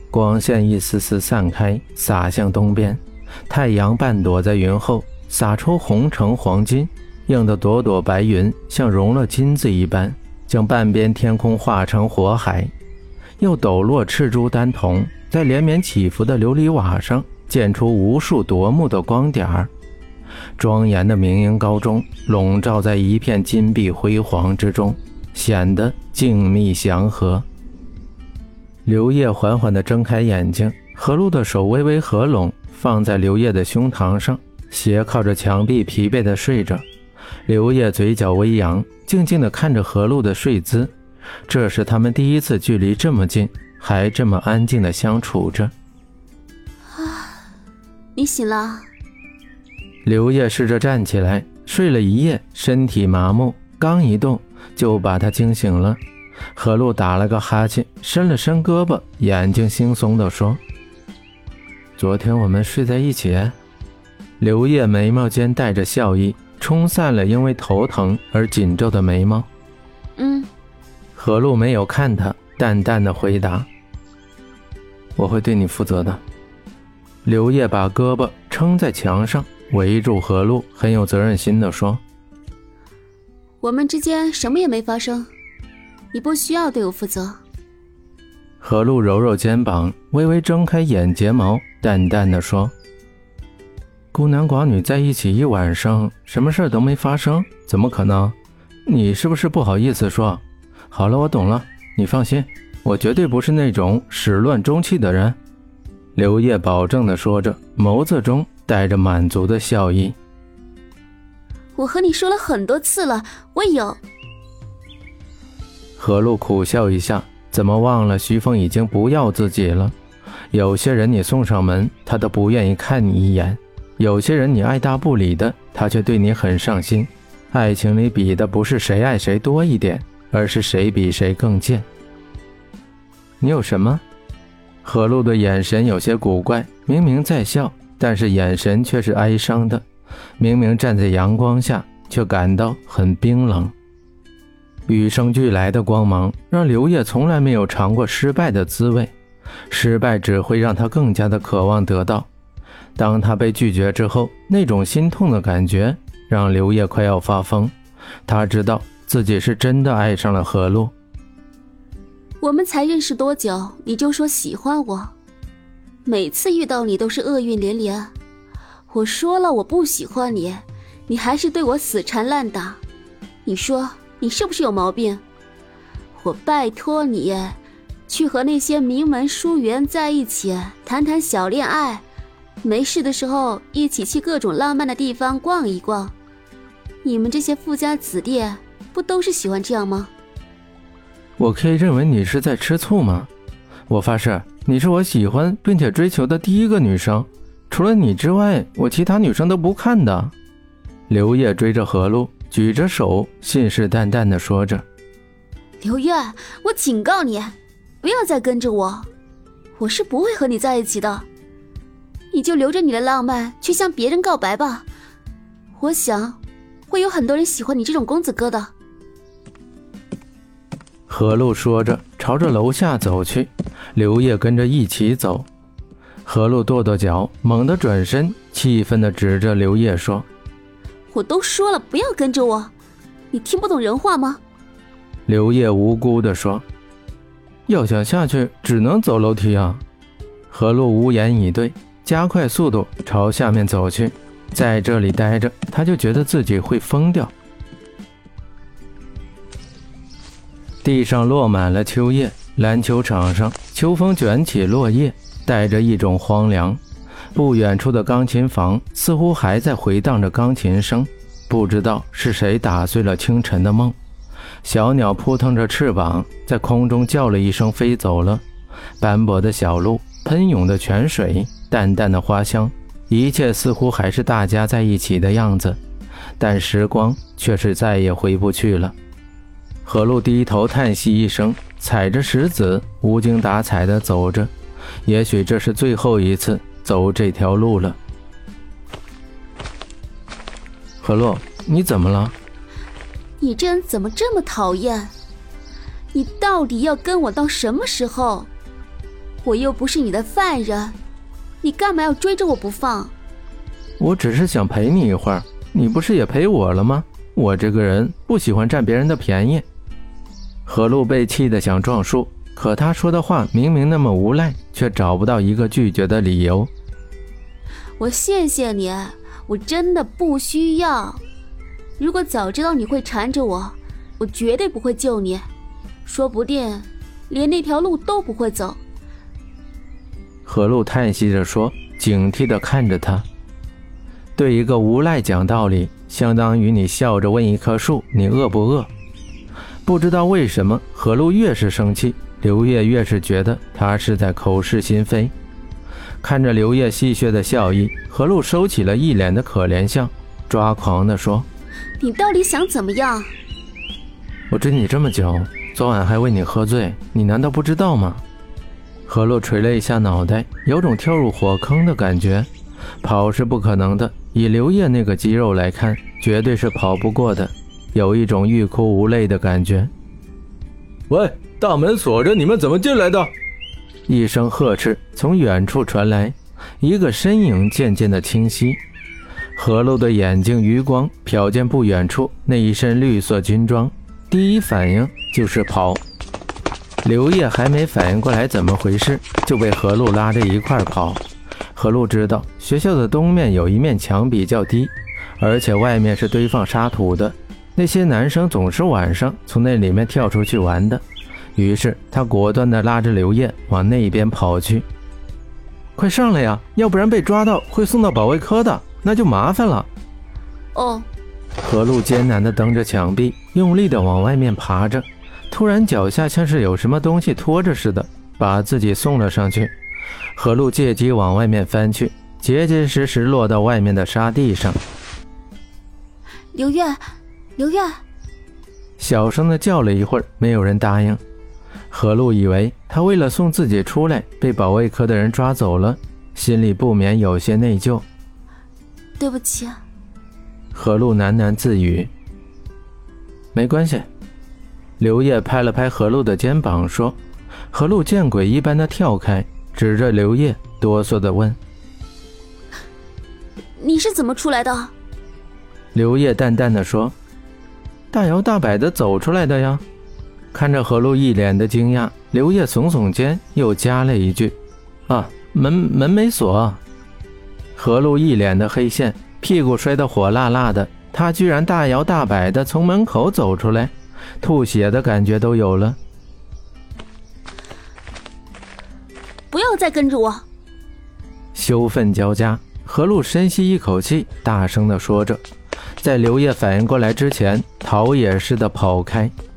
光线一丝丝散开，洒向东边。太阳半躲在云后，洒出红橙黄金，映得朵朵白云像融了金子一般，将半边天空化成火海。又抖落赤珠丹瞳，在连绵起伏的琉璃瓦上溅出无数夺目的光点儿。庄严的明英高中笼罩在一片金碧辉煌之中，显得静谧祥和。刘烨缓缓地睁开眼睛，何璐的手微微合拢，放在刘烨的胸膛上，斜靠着墙壁疲惫地睡着。刘烨嘴角微扬，静静地看着何璐的睡姿。这是他们第一次距离这么近，还这么安静地相处着。 你醒了？ 刘烨试着站起来，睡了一夜，身体麻木，刚一动就把他惊醒了。何璐打了个哈欠，伸了伸胳膊，眼睛惺忪地说：昨天我们睡在一起。刘烨眉毛间带着笑意，冲散了因为头疼而紧皱的眉毛。何璐没有看他，淡淡的回答：我会对你负责的。刘烨把胳膊撑在墙上，围住何璐，很有责任心地说： 我们之间什么也没发生，你不需要对我负责。 何璐揉揉肩膀，微微睁开眼睫毛，淡淡地说：孤男寡女在一起一晚上，什么事都没发生，怎么可能？你是不是不好意思说？好了，我懂了，你放心，我绝对不是那种始乱终弃的人。刘烨保证地说着，眸子中带着满足的笑意。 我和你说了很多次了，我有。 何璐苦笑一下，怎么忘了徐峰已经不要自己了？有些人你送上门，他都不愿意看你一眼；有些人你爱答不理的，他却对你很上心。爱情里比的不是谁爱谁多一点，而是谁比谁更贱。你有什么？何璐的眼神有些古怪，明明在笑，但是眼神却是哀伤的。明明站在阳光下，却感到很冰冷。与生俱来的光芒让刘烨从来没有尝过失败的滋味，失败只会让他更加的渴望得到。当他被拒绝之后，那种心痛的感觉让刘烨快要发疯。他知道自己是真的爱上了何璐。 我们才认识多久你就说喜欢我，每次遇到你都是厄运连连。我说了我不喜欢你，你还是对我死缠烂打。你说你是不是有毛病？我拜托你去和那些名门淑媛在一起谈谈小恋爱，没事的时候一起去各种浪漫的地方逛一逛。你们这些富家子弟不都是喜欢这样吗？ 我可以认为你是在吃醋吗？我发誓，你是我喜欢并且追求的第一个女生，除了你之外，我其他女生都不看的。刘烨追着何璐，举着手，信誓旦旦地说着： 刘烨，我警告你，不要再跟着我，我是不会和你在一起的。你就留着你的浪漫去向别人告白吧，我想会有很多人喜欢你这种公子哥的。 何璐说着朝着楼下走去，刘烨跟着一起走。何璐跺跺脚，猛地转身，气愤地指着刘烨说： 我都说了不要跟着我，你听不懂人话吗？ 刘烨无辜地说：要想下去只能走楼梯啊。何璐无言以对，加快速度朝下面走去。在这里待着，他就觉得自己会疯掉。地上落满了秋叶，篮球场上秋风卷起落叶，带着一种荒凉。不远处的钢琴房似乎还在回荡着钢琴声，不知道是谁打碎了清晨的梦。小鸟扑腾着翅膀，在空中叫了一声飞走了。斑驳的小路，喷涌的泉水，淡淡的花香，一切似乎还是大家在一起的样子，但时光却是再也回不去了。何璐低头叹息一声，踩着石子无精打采地走着，也许这是最后一次走这条路了。何璐，你怎么了？ 你这人怎么这么讨厌？你到底要跟我到什么时候？ 我又不是你的犯人，你干嘛要追着我不放？ 我只是想陪你一会儿，你不是也陪我了吗？我这个人不喜欢占别人的便宜。何璐被气得想撞树，可他说的话明明那么无赖，却找不到一个拒绝的理由。 我谢谢你，我真的不需要。如果早知道你会缠着我，我绝对不会救你，说不定连那条路都不会走。 何璐叹息着说，警惕地看着他。对一个无赖讲道理，相当于你笑着问一棵树你饿不饿。不知道为什么，何璐越是生气，刘烨越是觉得他是在口是心非。看着刘烨戏谑的笑意，何璐收起了一脸的可怜相，抓狂地说， 你到底想怎么样？ 我追你这么久，昨晚还为你喝醉，你难道不知道吗？何璐垂了一下脑袋，有种跳入火坑的感觉。跑是不可能的，以刘烨那个肌肉来看，绝对是跑不过的，有一种欲哭无泪的感觉。 喂，大门锁着，你们怎么进来的？ 一声呵斥从远处传来，一个身影渐渐的清晰。何璐的眼睛余光瞟见不远处那一身绿色军装，第一反应就是跑。刘烨还没反应过来怎么回事，就被何璐拉着一块跑。何璐知道学校的东面有一面墙比较低，而且外面是堆放沙土的，那些男生总是晚上从那里面跳出去玩的。于是他果断地拉着刘烨往那边跑去。快上来呀，要不然被抓到会送到保卫科的，那就麻烦了。 哦。 何璐艰难地蹬着墙壁，用力地往外面爬着，突然脚下像是有什么东西拖着似的，把自己送了上去。何璐借机往外面翻去，结结实实落到外面的沙地上。 刘烨，刘烨， 小声地叫了一会儿，没有人答应。何璐以为他为了送自己出来被保卫科的人抓走了，心里不免有些内疚。 对不起啊。 何璐喃喃自语。没关系。刘烨拍了拍何璐的肩膀说。何璐见鬼一般的跳开，指着刘烨哆嗦地问， 你是怎么出来的？ 刘烨淡淡地说，大摇大摆地走出来的呀。看着何璐一脸的惊讶，刘烨耸耸肩，又加了一句，啊，门没锁。何璐一脸的黑线，屁股摔得火辣辣的，他居然大摇大摆地从门口走出来，吐血的感觉都有了。 不要再跟着我！ 羞愤交加，何璐深吸一口气，大声地说着，在刘烨反应过来之前，逃也似的跑开。